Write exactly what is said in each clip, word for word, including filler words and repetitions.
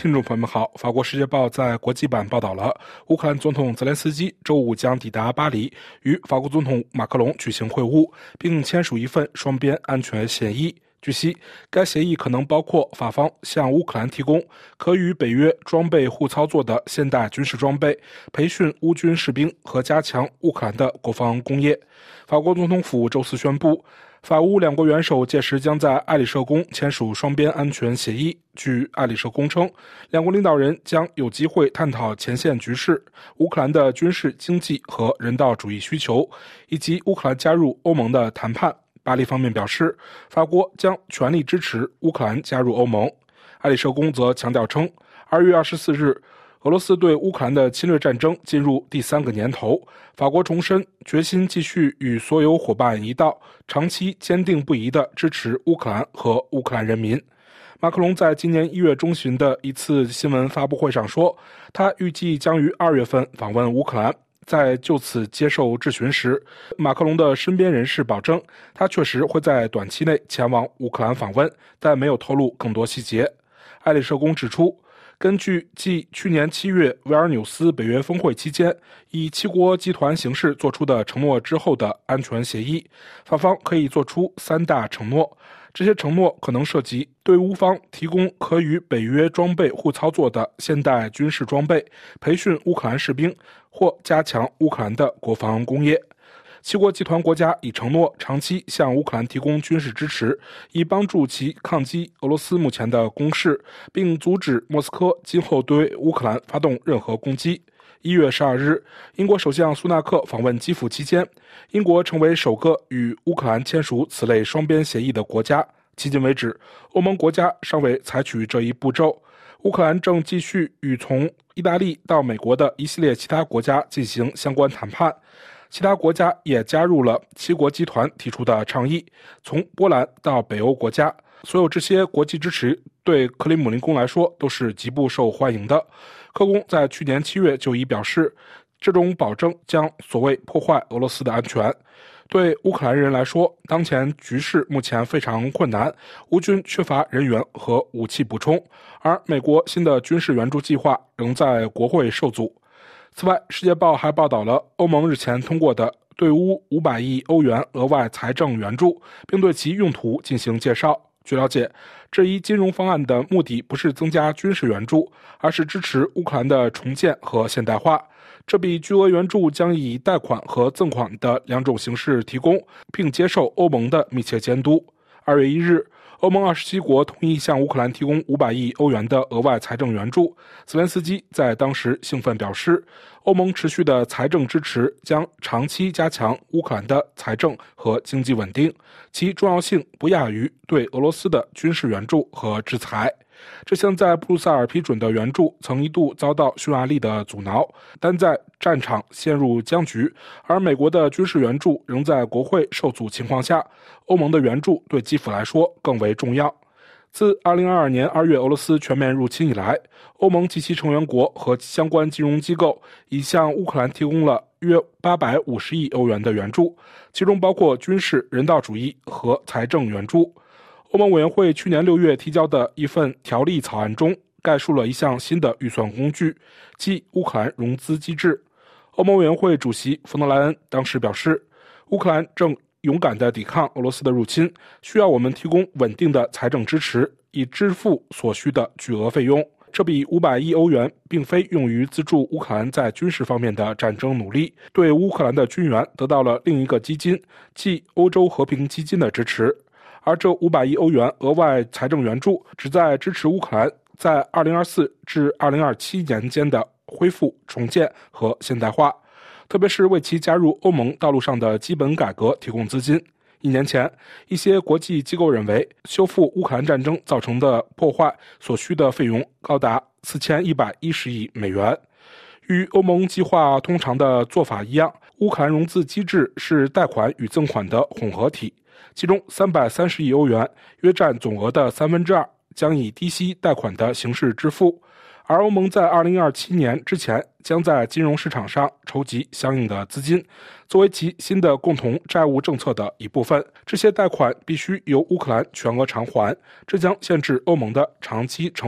听众朋友们好，法国《世界报》在国际版报道了，乌克兰总统泽连斯基周五将抵达巴黎，与法国总统马克龙举行会晤，并签署一份双边安全协议。据悉，该协议可能包括法方向乌克兰提供可与北约装备互操作的现代军事装备，培训乌军士兵和加强乌克兰的国防工业。法国总统府周四宣布，法乌两国元首届时将在爱丽舍宫签署双边安全协议。据爱丽舍宫称，两国领导人将有机会探讨前线局势、乌克兰的军事、经济和人道主义需求，以及乌克兰加入欧盟的谈判。巴黎方面表示，法国将全力支持乌克兰加入欧盟。爱丽舍宫则强调称，二月二十四日，俄罗斯对乌克兰的侵略战争进入第三个年头，法国重申决心继续与所有伙伴一道，长期坚定不移地支持乌克兰和乌克兰人民。马克龙在今年一月中旬的一次新闻发布会上说，他预计将于二月份访问乌克兰。在就此接受质询时，马克龙的身边人士保证，他确实会在短期内前往乌克兰访问，但没有透露更多细节。爱丽舍宫指出，根据继去年七月维尔纽斯北约峰会期间以七国集团形式做出的承诺之后的安全协议，法方可以做出三大承诺。这些承诺可能涉及对乌方提供可与北约装备互操作的现代军事装备，培训乌克兰士兵，或加强乌克兰的国防工业。七国集团国家已承诺长期向乌克兰提供军事支持，以帮助其抗击俄罗斯目前的攻势，并阻止莫斯科今后对乌克兰发动任何攻击。一月十二日，英国首相苏纳克访问基辅期间，英国成为首个与乌克兰签署此类双边协议的国家。迄今为止，欧盟国家尚未采取这一步骤。乌克兰正继续与从意大利到美国的一系列其他国家进行相关谈判，其他国家也加入了七国集团提出的倡议，从波兰到北欧国家。所有这些国际支持对克里姆林宫来说都是极不受欢迎的。克宫在去年七月就已表示，这种保证将所谓破坏俄罗斯的安全。对乌克兰人来说，当前局势目前非常困难，乌军缺乏人员和武器补充，而美国新的军事援助计划仍在国会受阻。此外，《世界报》还报道了欧盟日前通过的对乌五百亿欧元额外财政援助，并对其用途进行介绍。据了解，这一金融方案的目的不是增加军事援助，而是支持乌克兰的重建和现代化。这笔巨额援助将以贷款和赠款的两种形式提供，并接受欧盟的密切监督。二月一日，欧盟二十七国同意向乌克兰提供五百亿欧元的额外财政援助。泽连斯基在当时兴奋表示，欧盟持续的财政支持将长期加强乌克兰的财政和经济稳定，其重要性不亚于对俄罗斯的军事援助和制裁。这项在布鲁塞尔批准的援助曾一度遭到匈牙利的阻挠，但在战场陷入僵局，而美国的军事援助仍在国会受阻情况下，欧盟的援助对基辅来说更为重要。自二零二二年二月俄罗斯全面入侵以来，欧盟及其成员国和相关金融机构已向乌克兰提供了约八百五十亿欧元的援助，其中包括军事、人道主义和财政援助。欧盟委员会去年六月提交的一份条例草案中概述了一项新的预算工具，即乌克兰融资机制。欧盟委员会主席冯德莱恩当时表示，乌克兰正勇敢地抵抗俄罗斯的入侵，需要我们提供稳定的财政支持，以支付所需的巨额费用。这笔五百亿欧元并非用于资助乌克兰在军事方面的战争努力，对乌克兰的军援得到了另一个基金，即欧洲和平基金的支持。而这五百亿欧元额外财政援助旨在支持乌克兰在二零二四至二零二七年间的恢复、重建和现代化，特别是为其加入欧盟道路上的基本改革提供资金。一年前，一些国际机构认为，修复乌克兰战争造成的破坏所需的费用高达四千一百一十亿美元。与欧盟计划通常的做法一样，乌克兰融资机制是贷款与赠款的混合体，其中三百三十亿欧元，约占总额的三分之二，将以低息贷款的形式支付。而欧盟在二零二七年之前将在金融市场上筹集相应的资金，作为其新的共同债务政策的一部分。这些贷款必须由乌克兰全额偿还，这将限制欧盟的长期成本。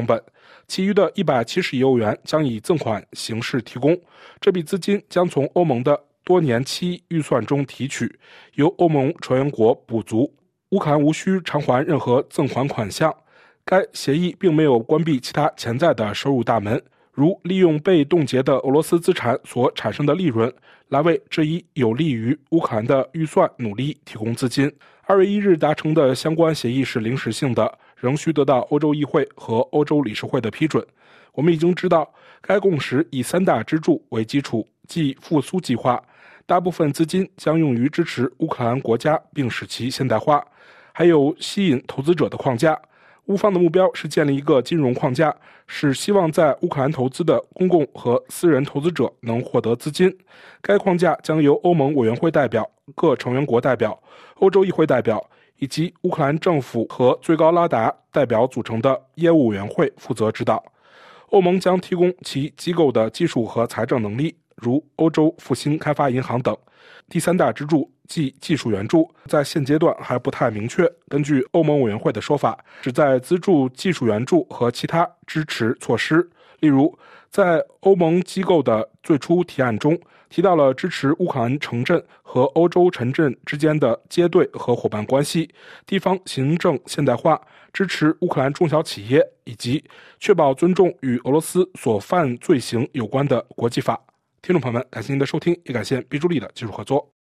其余的一百七十亿欧元将以赠款形式提供，这笔资金将从欧盟的多年期预算中提取，由欧盟成员国补足，乌克兰无需偿还任何赠款款项。该协议并没有关闭其他潜在的收入大门，如利用被冻结的俄罗斯资产所产生的利润来为这一有利于乌克兰的预算努力提供资金。二月一日达成的相关协议是临时性的，仍需得到欧洲议会和欧洲理事会的批准。我们已经知道，该共识以三大支柱为基础，即复苏计划，大部分资金将用于支持乌克兰国家并使其现代化，还有吸引投资者的框架。乌方的目标是建立一个金融框架，使希望在乌克兰投资的公共和私人投资者能获得资金。该框架将由欧盟委员会代表、各成员国代表、欧洲议会代表以及乌克兰政府和最高拉达代表组成的业务委员会负责指导。欧盟将提供其机构的技术和财政能力，如欧洲复兴开发银行等。第三大支柱即技术援助，在现阶段还不太明确。根据欧盟委员会的说法，旨在资助技术援助和其他支持措施。例如，在欧盟机构的最初提案中，提到了支持乌克兰城镇和欧洲城镇之间的接队和伙伴关系、地方行政现代化、支持乌克兰中小企业，以及确保尊重与俄罗斯所犯罪行有关的国际法。听众朋友们，感谢您的收听，也感谢毕助力的技术合作。